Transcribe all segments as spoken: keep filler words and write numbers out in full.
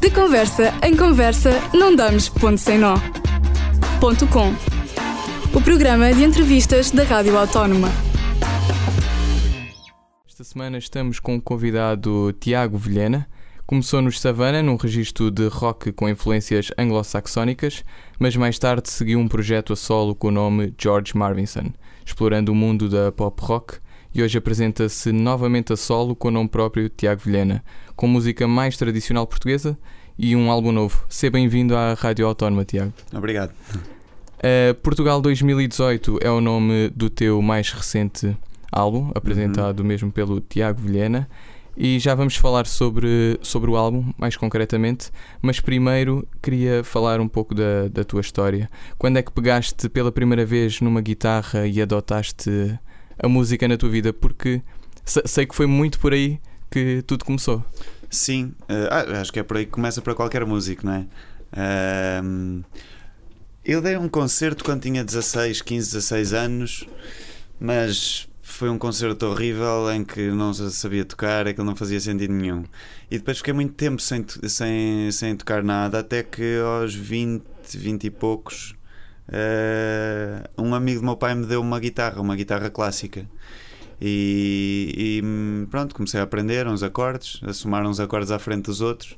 De conversa em conversa, não damos ponto sem nó. Ponto com. O programa de entrevistas da Rádio Autónoma. Esta semana estamos com o convidado Tiago Vilhena. Começou nos Savannah, num registro de rock com influências anglo-saxónicas, mas mais tarde seguiu um projeto a solo com o nome George Marvinson, explorando o mundo da pop rock, e hoje apresenta-se novamente a solo com o nome próprio Tiago Vilhena, com música mais tradicional portuguesa e um álbum novo. Seja bem-vindo à Rádio Autónoma, Tiago. Obrigado. Uh, Portugal dois mil e dezoito é o nome do teu mais recente álbum, apresentado uhum. mesmo pelo Tiago Vilhena, e já vamos falar sobre, sobre o álbum, mais concretamente, mas primeiro queria falar um pouco da, da tua história. Quando é que pegaste pela primeira vez numa guitarra e adotaste a música na tua vida? Porque sei que foi muito por aí que tudo começou. Sim, uh, acho que é por aí que começa para qualquer músico, não é? Uh, eu dei um concerto quando tinha dezasseis, quinze, dezasseis anos, mas foi um concerto horrível em que não sabia tocar, aquilo não fazia sentido nenhum. E depois fiquei muito tempo sem, sem, sem tocar nada, até que aos vinte, vinte e poucos, uh, um amigo do meu pai me deu uma guitarra, uma guitarra clássica. E, e pronto, comecei a aprender uns acordes, a somar uns acordes à frente dos outros.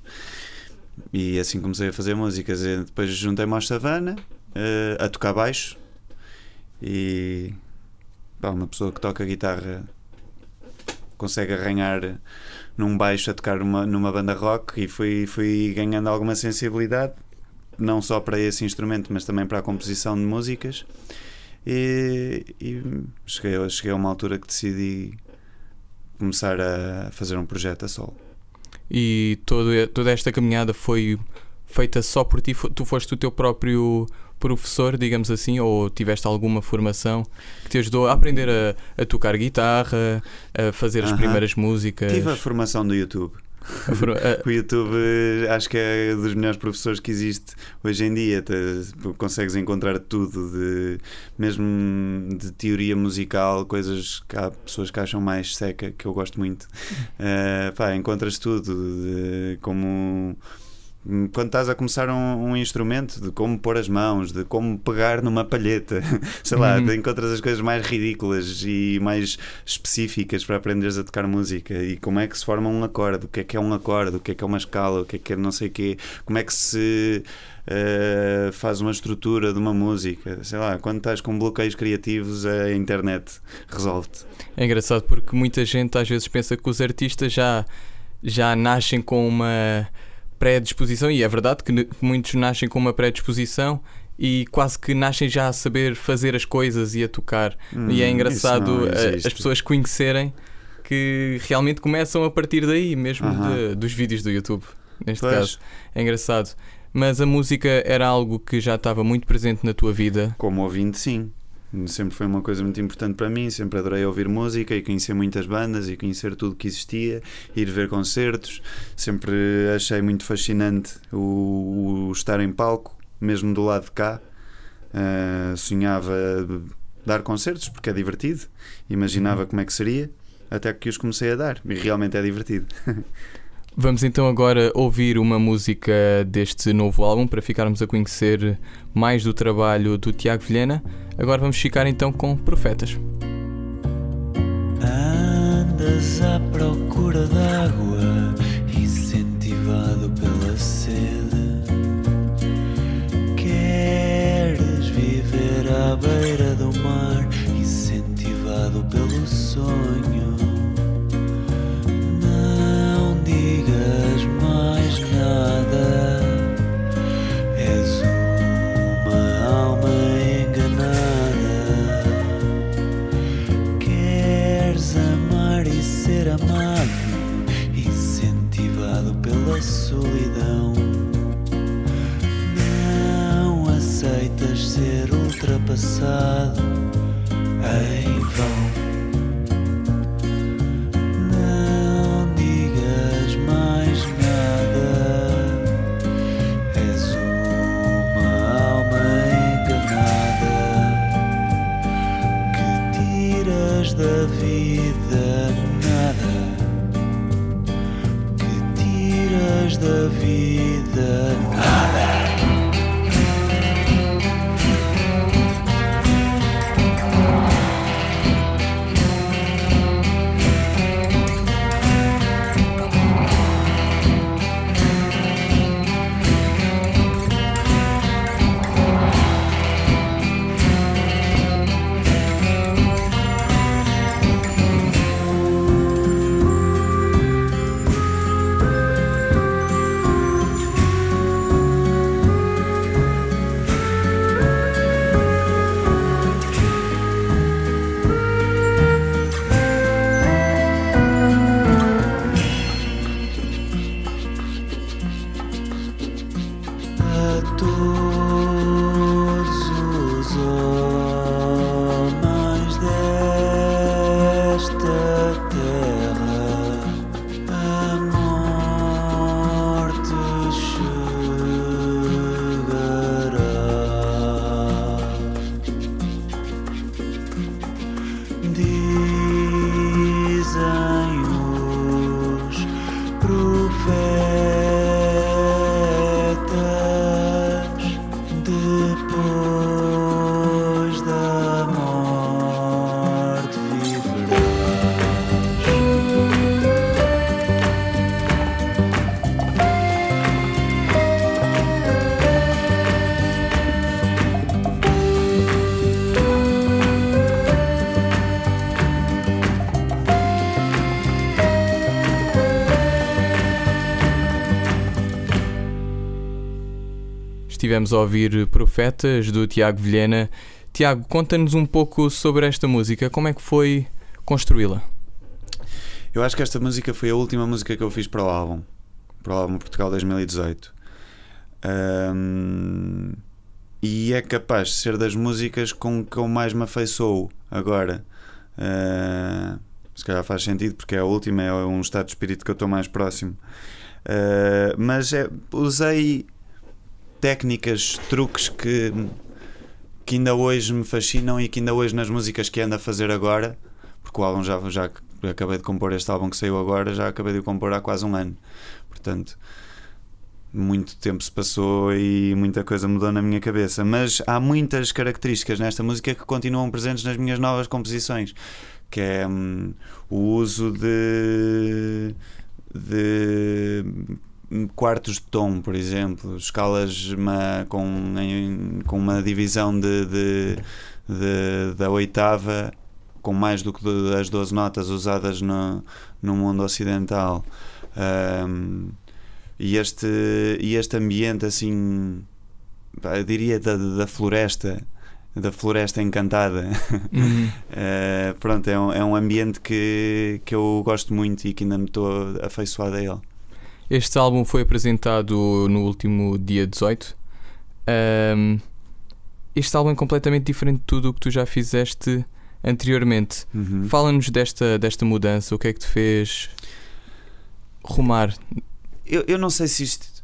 E assim comecei a fazer músicas. E depois juntei-me aos Savannah, uh, a tocar baixo. E pá, uma pessoa que toca guitarra consegue arranhar num baixo a tocar uma, numa banda rock. E fui, fui ganhando alguma sensibilidade, não só para esse instrumento, mas também para a composição de músicas. E, e cheguei, cheguei a uma altura que decidi começar a fazer um projeto a solo. E todo, toda esta caminhada foi feita só por ti? Tu foste o teu próprio professor, digamos assim, ou tiveste alguma formação que te ajudou a aprender a, a tocar guitarra, a fazer as uh-huh. primeiras músicas? Tive a formação do YouTube. O YouTube acho que é dos melhores professores que existe hoje em dia. Te, consegues encontrar tudo, de, mesmo de teoria musical, coisas que há pessoas que acham mais seca, que eu gosto muito. Uh, pá, encontras tudo, de, como quando estás a começar um, um instrumento, de como pôr as mãos, de como pegar numa palheta, sei lá, uhum. encontras as coisas mais ridículas e mais específicas para aprenderes a tocar música, e como é que se forma um acorde, o que é que é um acorde, o que é que é uma escala, o que é que é não sei o quê, como é que se uh, faz uma estrutura de uma música, sei lá, quando estás com bloqueios criativos a internet resolve-te. É engraçado porque muita gente às vezes pensa que os artistas já, já nascem com uma predisposição, e é verdade que muitos nascem com uma predisposição e quase que nascem já a saber fazer as coisas e a tocar, hum, e é engraçado as pessoas conhecerem que realmente começam a partir daí mesmo, uh-huh. de, dos vídeos do YouTube, neste pois. caso. É engraçado. Mas a música era algo que já estava muito presente na tua vida? Como ouvinte, sim. Sempre foi uma coisa muito importante para mim. Sempre adorei ouvir música e conhecer muitas bandas e conhecer tudo que existia, ir ver concertos. Sempre achei muito fascinante o, o estar em palco, mesmo do lado de cá. Uh, sonhava dar concertos porque é divertido, imaginava uhum. como é que seria, até que os comecei a dar, e realmente é divertido. Vamos então agora ouvir uma música deste novo álbum para ficarmos a conhecer mais do trabalho do Tiago Vilhena. Agora vamos ficar então com Profetas. Andas à procura d'água, incentivado pela sede. Queres viver à beira do mar, incentivado pelo sonho. Digas mais nada, és uma alma enganada. Queres amar e ser amado, incentivado pela solidão. Não aceitas ser ultrapassado em vão. Da vida nada, que tiras da vida. vida, nada. Estivemos a ouvir Profetas, do Tiago Vilhena. Tiago, conta-nos um pouco sobre esta música. Como é que foi construí-la? Eu acho que esta música foi a última música que eu fiz para o álbum. Para o álbum Portugal dois mil e dezoito. Um, e é capaz de ser das músicas com que eu mais me afeiçoo agora. Uh, se calhar faz sentido, porque é a última, é um estado de espírito que eu estou mais próximo. Uh, mas é, usei técnicas, truques que, que ainda hoje me fascinam e que ainda hoje nas músicas que ando a fazer agora, porque o álbum já, já acabei de compor, este álbum que saiu agora, já acabei de compor há quase um ano. Portanto, muito tempo se passou e muita coisa mudou na minha cabeça. Mas há muitas características nesta música que continuam presentes nas minhas novas composições, que é hum, o uso de... de quartos de tom, por exemplo, escalas uma, com, em, com uma divisão de, de, de, da oitava, com mais do que as doze notas usadas no, no mundo ocidental. Um, e, este, e este ambiente assim, eu diria da, da floresta, da floresta encantada. Uhum. uh, pronto, é um, é um ambiente que, que eu gosto muito e que ainda me estou afeiçoado a ele. Este álbum foi apresentado no último dia dezoito. Um, este álbum é completamente diferente de tudo o que tu já fizeste anteriormente. Uhum. Fala-nos desta, desta mudança. O que é que te fez rumar? Eu, eu não sei se isto,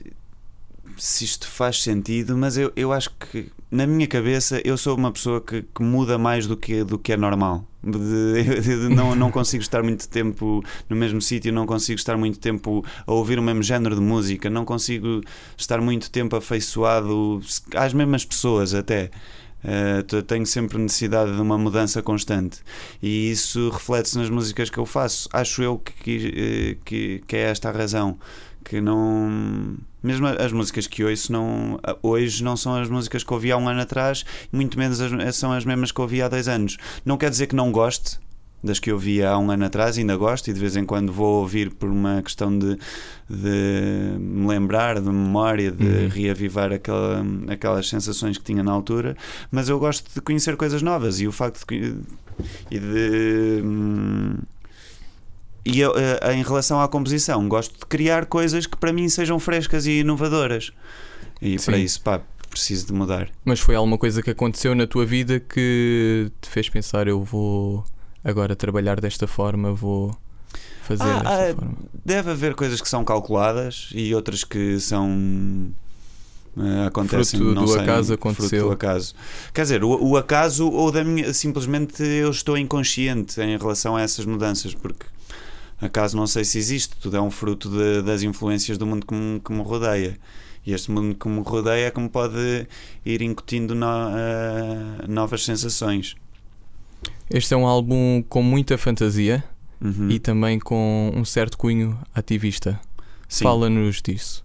se isto faz sentido, mas eu, eu acho que na minha cabeça eu sou uma pessoa que, que muda mais do que, do que é normal. De, de, de, não, não consigo estar muito tempo no mesmo sítio, não consigo estar muito tempo a ouvir o mesmo género de música, não consigo estar muito tempo afeiçoado às mesmas pessoas até. Uh, tenho sempre necessidade de uma mudança constante e isso reflete-se nas músicas que eu faço. Acho eu que, que, que é esta a razão, que não... Mesmo as músicas que ouço não, hoje não são as músicas que ouvi há um ano atrás, muito menos as, são as mesmas que ouvi há dois anos. Não quer dizer que não goste das que eu ouvi há um ano atrás, ainda gosto e de vez em quando vou ouvir por uma questão de, de me lembrar, de memória, de uhum. reavivar aquela, aquelas sensações que tinha na altura, mas eu gosto de conhecer coisas novas e o facto de... E de hum, E eu, em relação à composição, gosto de criar coisas que para mim sejam frescas e inovadoras. E Sim. para isso, pá, preciso de mudar. Mas foi alguma coisa que aconteceu na tua vida que te fez pensar, eu vou agora trabalhar desta forma, vou fazer ah, desta ah, forma? Deve haver coisas que são calculadas e outras que são... Uh, acontecem, fruto não do sei, acaso aconteceu. Fruto do acaso. Quer dizer, o, o acaso ou da minha, simplesmente eu estou inconsciente em relação a essas mudanças, porque acaso não sei se existe, tudo é um fruto de, das influências do mundo que me, que me rodeia. E este mundo que me rodeia é que me pode ir incutindo no, uh, novas sensações. Este é um álbum com muita fantasia Uhum. e também com um certo cunho ativista. Sim. Fala-nos disso.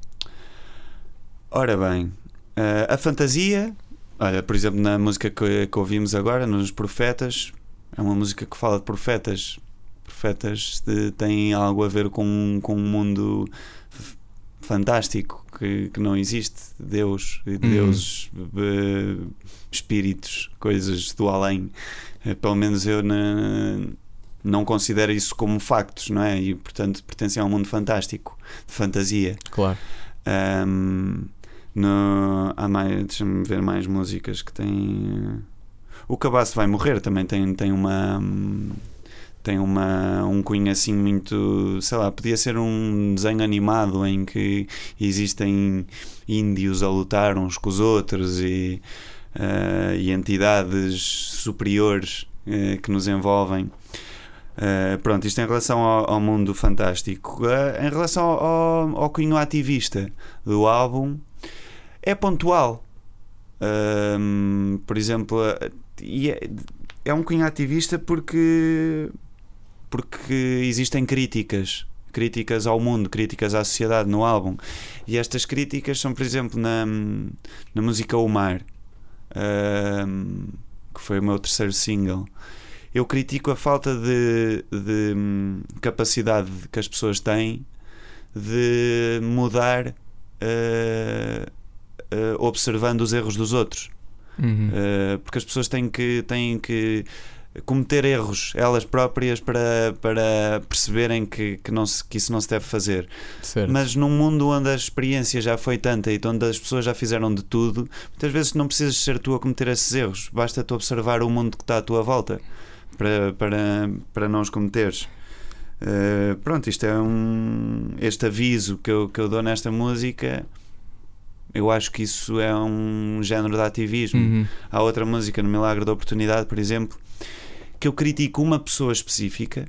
Ora bem, uh, a fantasia, olha, por exemplo, na música que, que ouvimos agora, nos Profetas, é uma música que fala de profetas. Profetas de, têm algo a ver com, com um mundo f- fantástico que, que não existe. Deus, Uhum. deuses, uh, espíritos, coisas do além. Uh, pelo menos eu na, não considero isso como factos, não é? E portanto pertencem a um mundo fantástico, de fantasia. Claro. Um, no, há mais, deixa-me ver mais músicas que têm. O Cabaço Vai Morrer também tem, tem uma tem uma, um cunho assim muito, sei lá, podia ser um desenho animado em que existem índios a lutar uns com os outros e, uh, e entidades superiores uh, que nos envolvem. Uh, pronto, isto em relação ao, ao mundo fantástico. Uh, em relação ao, ao cunho ativista do álbum, é pontual. Uh, por exemplo, uh, e é, é um cunho ativista porque, porque existem críticas. Críticas ao mundo, críticas à sociedade no álbum. E estas críticas são, por exemplo, na, na música O Mar, uh, que foi o meu terceiro single. Eu critico a falta de, de hum, capacidade que as pessoas têm de mudar uh, uh, observando os erros dos outros. Uhum. Uh, porque as pessoas têm que, têm que cometer erros elas próprias para, para perceberem que, que, não se, que isso não se deve fazer. Certo. Mas num mundo onde a experiência já foi tanta e onde as pessoas já fizeram de tudo, muitas vezes não precisas ser tu a cometer esses erros, basta-te observar o mundo que está à tua volta para, para, para não os cometeres. Uh, pronto, isto é um este aviso que eu, que eu dou nesta música. Eu acho que isso é um género de ativismo. Uhum. Há outra música, no Milagre da Oportunidade, por exemplo, que eu critico uma pessoa específica,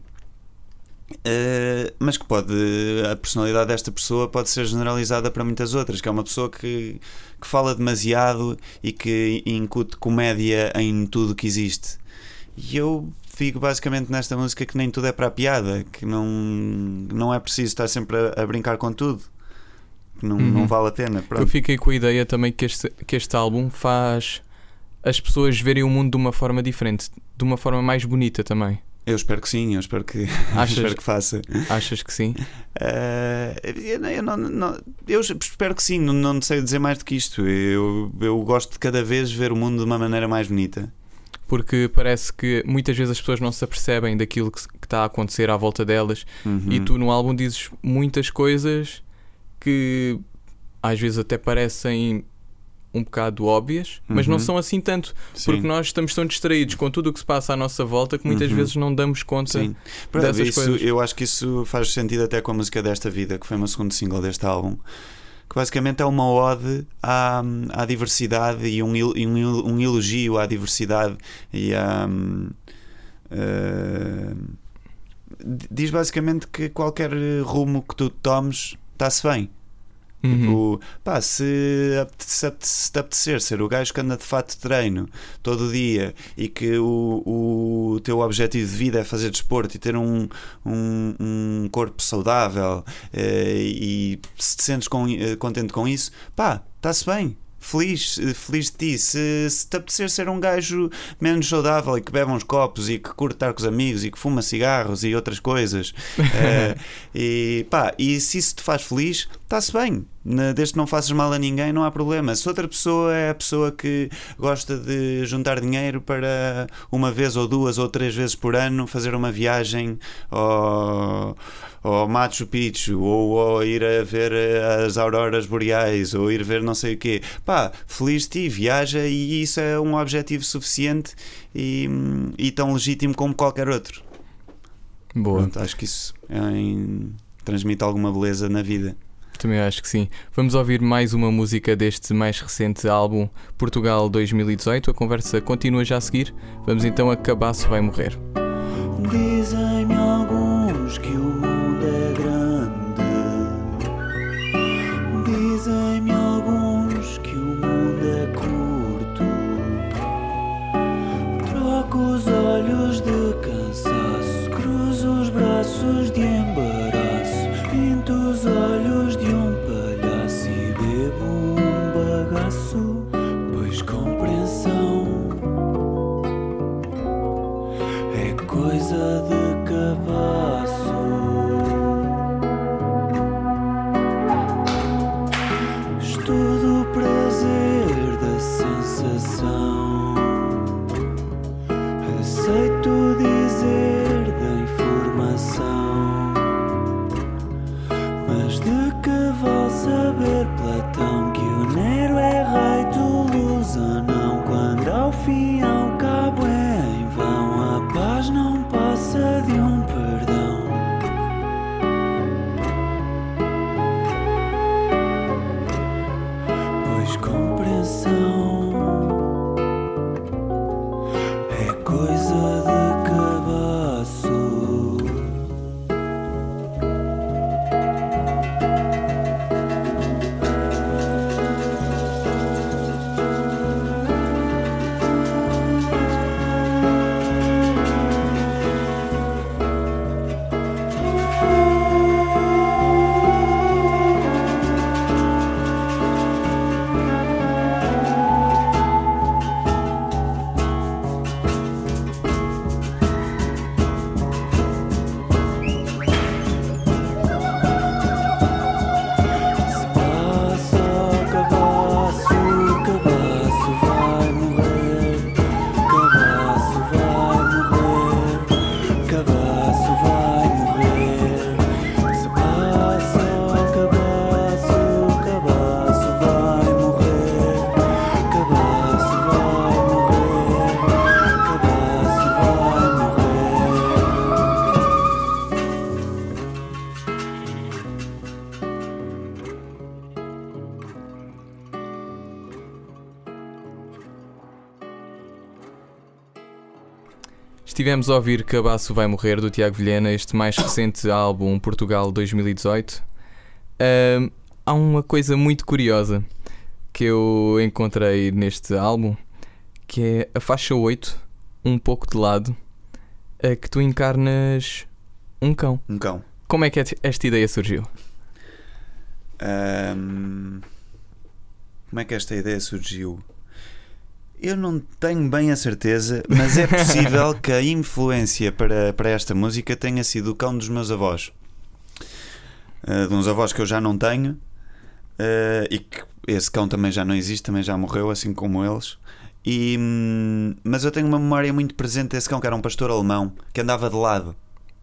uh, mas que pode, a personalidade desta pessoa pode ser generalizada para muitas outras, que é uma pessoa que, que fala demasiado e que incute comédia em tudo que existe. E eu digo basicamente nesta música que nem tudo é para a piada, que não, não é preciso estar sempre a, a brincar com tudo, que não, Uhum. não vale a pena. Pronto. Eu fiquei com a ideia também que este, que este álbum faz as pessoas verem o mundo de uma forma diferente, de uma forma mais bonita também. Eu espero que sim, eu espero que, Achas- espero que faça. Achas que sim? Uh, eu, eu, não, não, eu espero que sim, não, não sei dizer mais do que isto. Eu, eu gosto de cada vez ver o mundo de uma maneira mais bonita. Porque parece que muitas vezes as pessoas não se apercebem daquilo que, se- que está a acontecer à volta delas. Uhum. E tu no álbum dizes muitas coisas que às vezes até parecem um bocado óbvias, mas Uhum. não são assim tanto, Sim. porque nós estamos tão distraídos com tudo o que se passa à nossa volta que muitas Uhum. vezes não damos conta. Sim. Pronto, dessas isso, coisas. eu acho que isso faz sentido até com a música Desta Vida, que foi o meu segundo single deste álbum, que basicamente é uma ode à, à diversidade e um, il- e um, il- um elogio à diversidade e à. uh, diz basicamente que qualquer rumo que tu tomes está-se bem. Uhum. Tipo, pá, se, apete- se, apete- se te apetecer ser o gajo que anda de fato de treino todo dia e que o, o teu objetivo de vida é fazer desporto e ter um, um, um corpo saudável, eh, e se te sentes com, eh, contente com isso, pá, está-se bem. Feliz, eh, feliz de ti. Se, se te apetecer ser um gajo menos saudável e que bebe uns copos e que curte estar com os amigos e que fuma cigarros e outras coisas, eh, e pá, e se isso te faz feliz, está-se bem. Na- Desde que não faças mal a ninguém, não há problema. Se outra pessoa é a pessoa que gosta de juntar dinheiro para uma vez ou duas ou três vezes por ano fazer uma viagem ao, ao Machu Picchu, ou, ou ir a ver as auroras boreais, ou ir ver não sei o quê, pá, feliz de ti, viaja, e isso é um objetivo suficiente e, e tão legítimo como qualquer outro. Boa. Pronto, acho que isso é em- transmite alguma beleza na vida. Também acho que sim. Vamos ouvir mais uma música deste mais recente álbum, Portugal dois mil e dezoito. A conversa continua já a seguir. Vamos então a Cabaço Vai Morrer. Dizem-me alguns que o mundo do prazer da sensação. Aceito dizer da informação. Mas de que vale saber, Platão, que o Nero é rei de Toulouse? Não, quando ao fim e ao cabo é em vão. A paz não passa de um perdão. Pois compreensão é coisa de cabaço. Estivemos a ouvir Cabaço Vai Morrer, do Tiago Vilhena, este mais recente álbum Portugal dois mil e dezoito. Um, há uma coisa muito curiosa que eu encontrei neste álbum, que é a faixa oito, Um Pouco de Lado, a que tu encarnas um cão. Um cão. Como é que esta ideia surgiu? Um, como é que esta ideia surgiu? Eu não tenho bem a certeza, mas é possível que a influência para, para esta música tenha sido o cão dos meus avós. Uh, de uns avós que eu já não tenho, uh, e que esse cão também já não existe, também já morreu, assim como eles. E, hum, mas eu tenho uma memória muito presente desse cão, que era um pastor alemão, que andava de lado.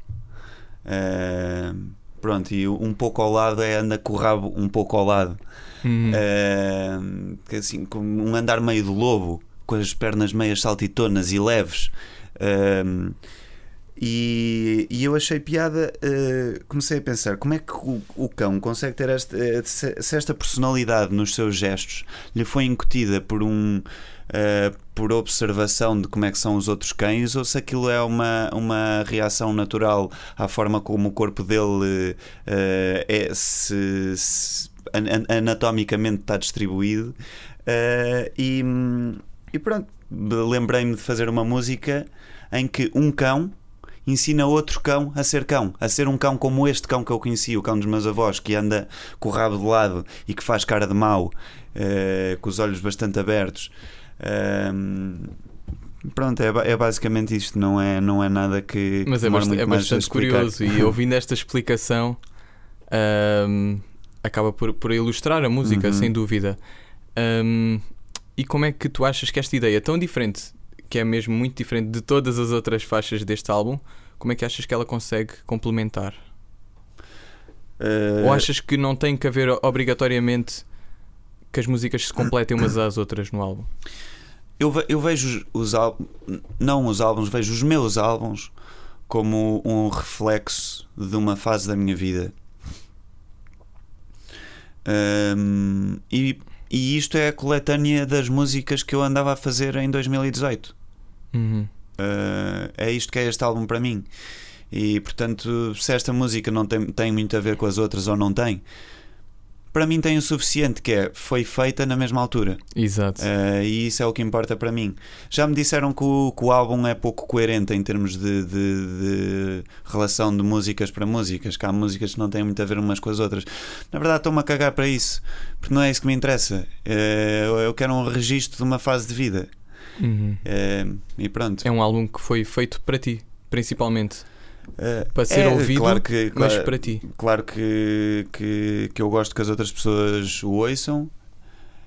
Uh, pronto, e um pouco ao lado é anda com o rabo um pouco ao lado. Uhum. Uh, assim, com um andar meio de lobo, com as pernas meias saltitonas e leves. Uh, e, e eu achei piada. Uh, comecei a pensar como é que o, o cão consegue ter esta, se esta personalidade nos seus gestos lhe foi incutida por um uh, por observação de como é que são os outros cães, ou se aquilo é uma, uma reação natural à forma como o corpo dele uh, é, se, se anatomicamente está distribuído. Uh, e, e pronto, lembrei-me de fazer uma música em que um cão ensina outro cão a ser cão, a ser um cão como este cão que eu conheci, o cão dos meus avós, que anda com o rabo de lado e que faz cara de mau, uh, com os olhos bastante abertos. Uh, pronto, é, é basicamente isto, não é, não é nada que, que mas é bastante, é bastante curioso, e ouvindo esta explicação um, acaba por, por ilustrar a música, uhum. sem dúvida. Um, e como é que tu achas que esta ideia tão diferente, que é mesmo muito diferente de todas as outras faixas deste álbum, como é que achas que ela consegue complementar? Uh... Ou achas que não tem que haver obrigatoriamente que as músicas se completem umas às outras no álbum? Eu, ve- eu vejo os álbuns, não os álbuns, vejo os meus álbuns como um reflexo de uma fase da minha vida. Um, e, e isto é a coletânea das músicas que eu andava a fazer em dois mil e dezoito. Uhum. Uh, é isto que é este álbum para mim. E portanto, se esta música não tem, tem muito a ver com as outras ou não tem, para mim tem o suficiente, que é, foi feita na mesma altura. Exato. Uh, e isso é o que importa para mim. Já me disseram que o, que o álbum é pouco coerente em termos de, de, de relação de músicas para músicas, que há músicas que não têm muito a ver umas com as outras. Na verdade estou-me a cagar para isso, porque não é isso que me interessa. Uh, eu quero um registro de uma fase de vida. Uhum. Uh, e pronto. É um álbum que foi feito para ti, principalmente. Uh, para ser é, ouvido, claro que, mas claro, para ti. Claro que, que, que eu gosto que as outras pessoas o ouçam,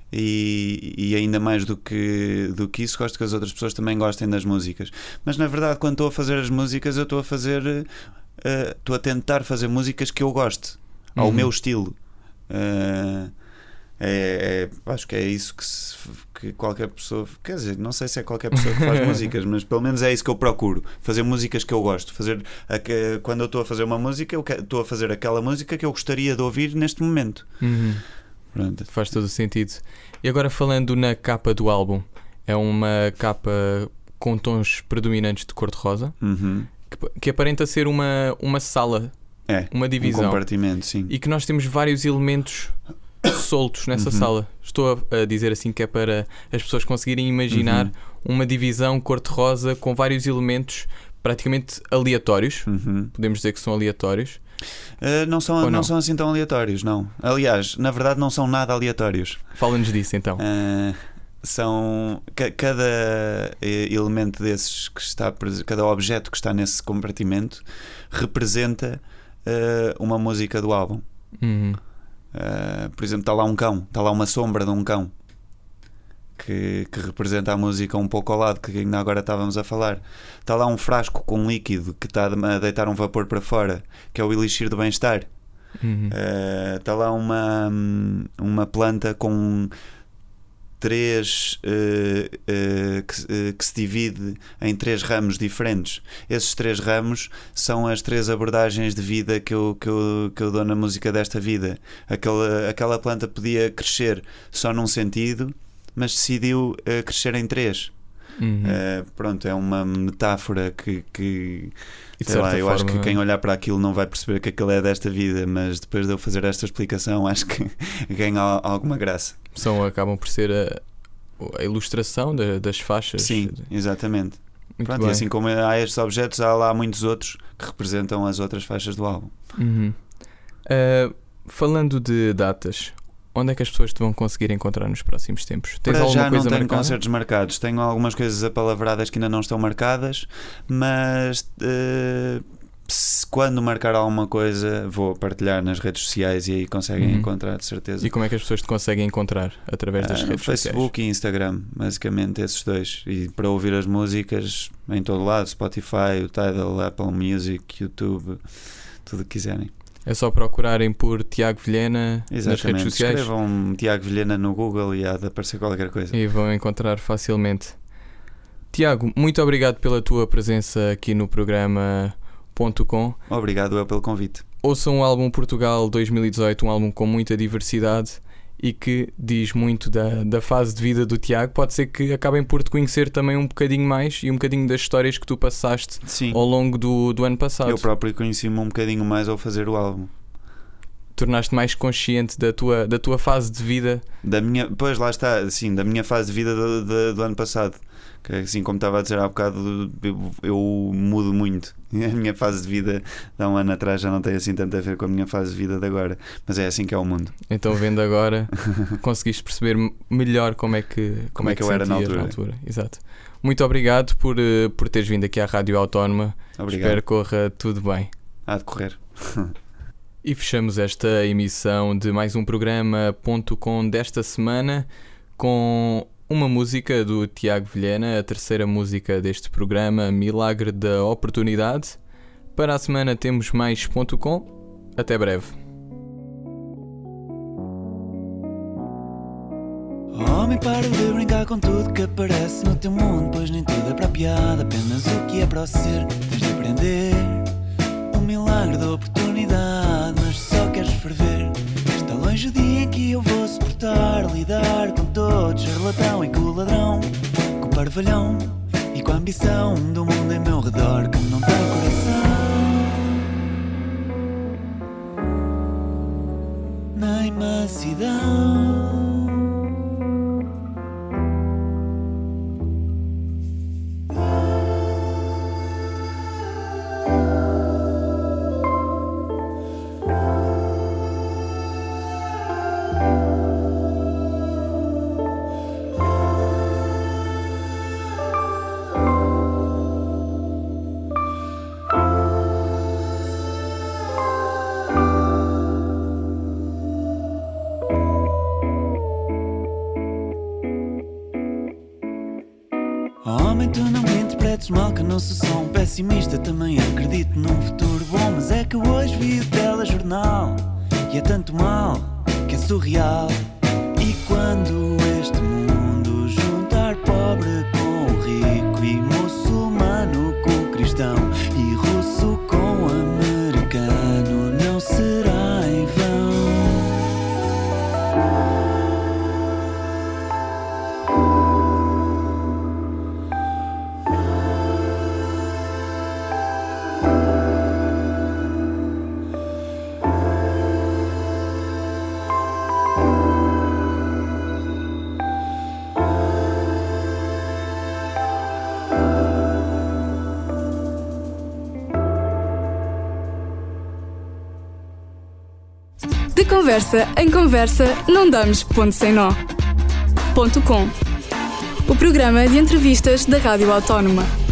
E, e ainda mais do que, do que isso, gosto que as outras pessoas também gostem das músicas. Mas na verdade, quando estou a fazer as músicas, eu estou a fazer uh, estou a tentar fazer músicas que eu goste, ao Uhum. meu estilo. Uh, é, é, acho que é isso que, se, que qualquer pessoa, quer dizer, não sei se é qualquer pessoa que faz músicas, mas pelo menos é isso que eu procuro, fazer músicas que eu gosto, fazer a, que, quando eu estou a fazer uma música, eu estou a fazer aquela música que eu gostaria de ouvir neste momento. Uhum. Pronto. Faz todo o sentido. E agora falando na capa do álbum, é uma capa com tons predominantes de cor-de-rosa, Uhum. que, que aparenta ser uma, uma sala, É, uma um divisão, compartimento, sim. e que nós temos vários elementos soltos nessa Uhum. sala. Estou a, a dizer assim que é para as pessoas conseguirem imaginar Uhum. uma divisão cor-de-rosa com vários elementos praticamente aleatórios. Uhum. Podemos dizer que são aleatórios. Uh, não, são, Ou não? não? são assim tão aleatórios, não. Aliás, na verdade, não são nada aleatórios. Fala-nos disso então. Uh, são ca- cada eh, elemento desses que está, pres- cada objeto que está nesse compartimento representa uh, uma música do álbum. Uhum. Uh, por exemplo, está lá um cão, está lá uma sombra de um cão que, que representa a música um pouco ao lado, que ainda agora estávamos a falar. Está lá um frasco com um líquido que está a deitar um vapor para fora, que é o elixir do bem-estar. Uhum. Uh, está lá uma, uma planta com três uh, uh, que, uh, que se divide em três ramos diferentes. Esses três ramos são as três abordagens de vida que eu, que eu, que eu dou na música desta vida. Aquela, aquela planta podia crescer só num sentido, mas decidiu uh, crescer em três. Uhum. Uh, pronto, é uma metáfora que, que E de sei lá, certa eu acho forma- que quem olhar para aquilo não vai perceber que aquilo é desta vida, mas depois de eu fazer esta explicação acho que ganha al- alguma graça. São, acabam por ser a, a ilustração da- das faixas. Sim, exatamente. Muito Pronto, bem. e assim como há estes objetos, há lá muitos outros que representam as outras faixas do álbum. Uhum. Uh, falando de datas, onde é que as pessoas te vão conseguir encontrar nos próximos tempos? Tens Para alguma já não coisa tenho marcada? concertos marcados, tenho algumas coisas apalavradas que ainda não estão marcadas, mas eh, se- quando marcar alguma coisa vou partilhar nas redes sociais e aí conseguem Uhum. encontrar, de certeza. E como é que as pessoas te conseguem encontrar? Através das Ah, redes Facebook e Instagram, basicamente esses dois. E para ouvir as músicas em todo lado, Spotify, o Tidal, Apple Music, YouTube, tudo o que quiserem. sociais. É só procurarem por Tiago Vilhena nas redes Exatamente. sociais Escrevam Tiago Vilhena no Google e há de aparecer qualquer coisa. e vão encontrar facilmente. Tiago, muito obrigado pela tua presença aqui no programa ponto com. Obrigado eu pelo convite. Ouçam o álbum Portugal dois mil e dezoito, um álbum com muita diversidade e que diz muito da, da fase de vida do Tiago. Pode ser que acabem por te conhecer também um bocadinho mais e um bocadinho das histórias que tu passaste Sim, ao longo do, do ano passado. eu próprio conheci-me um bocadinho mais ao fazer o álbum. Tornaste mais consciente da tua, da tua fase de vida. Da minha, pois lá está, assim, da minha fase de vida do, do, do ano passado. Que, assim como estava a dizer há bocado, eu, eu mudo muito. A minha fase de vida de há um ano atrás já não tem assim tanto a ver com a minha fase de vida de agora. Mas é assim que é o mundo. Então, vendo agora, conseguiste perceber melhor como é que, como Como é que eu era na altura. Exato. Muito obrigado por, eh, por teres vindo aqui à Rádio Autónoma. Obrigado. Espero que corra tudo bem. Há de correr. E fechamos esta emissão de mais um programa ponto com desta semana com uma música do Tiago Vilhena, a terceira música deste programa, Milagre da Oportunidade. Para a semana temos mais ponto com. Até breve. Homem, para de brincar com tudo que aparece no teu mundo, pois nem tudo é para a piada, apenas o que é para o ser. Tens de aprender um milagre da oportunidade, mas só queres ferver. Está longe o dia em que eu vou suportar lidar com todos, charlatão e com o ladrão, com o parvalhão e com a ambição do mundo em meu redor que não tem coração nem mansidão. muito, não me interpretes mal, que não sou só um pessimista. Também acredito num futuro bom, mas é que hoje vi o telejornal e é tanto mal que é surreal. E quando este mundo juntar pobre com rico e muçulmano com cristão e russo com americano, não será em vão. De conversa em conversa, não damos ponto sem nó. Ponto com. O programa de entrevistas da Rádio Autónoma.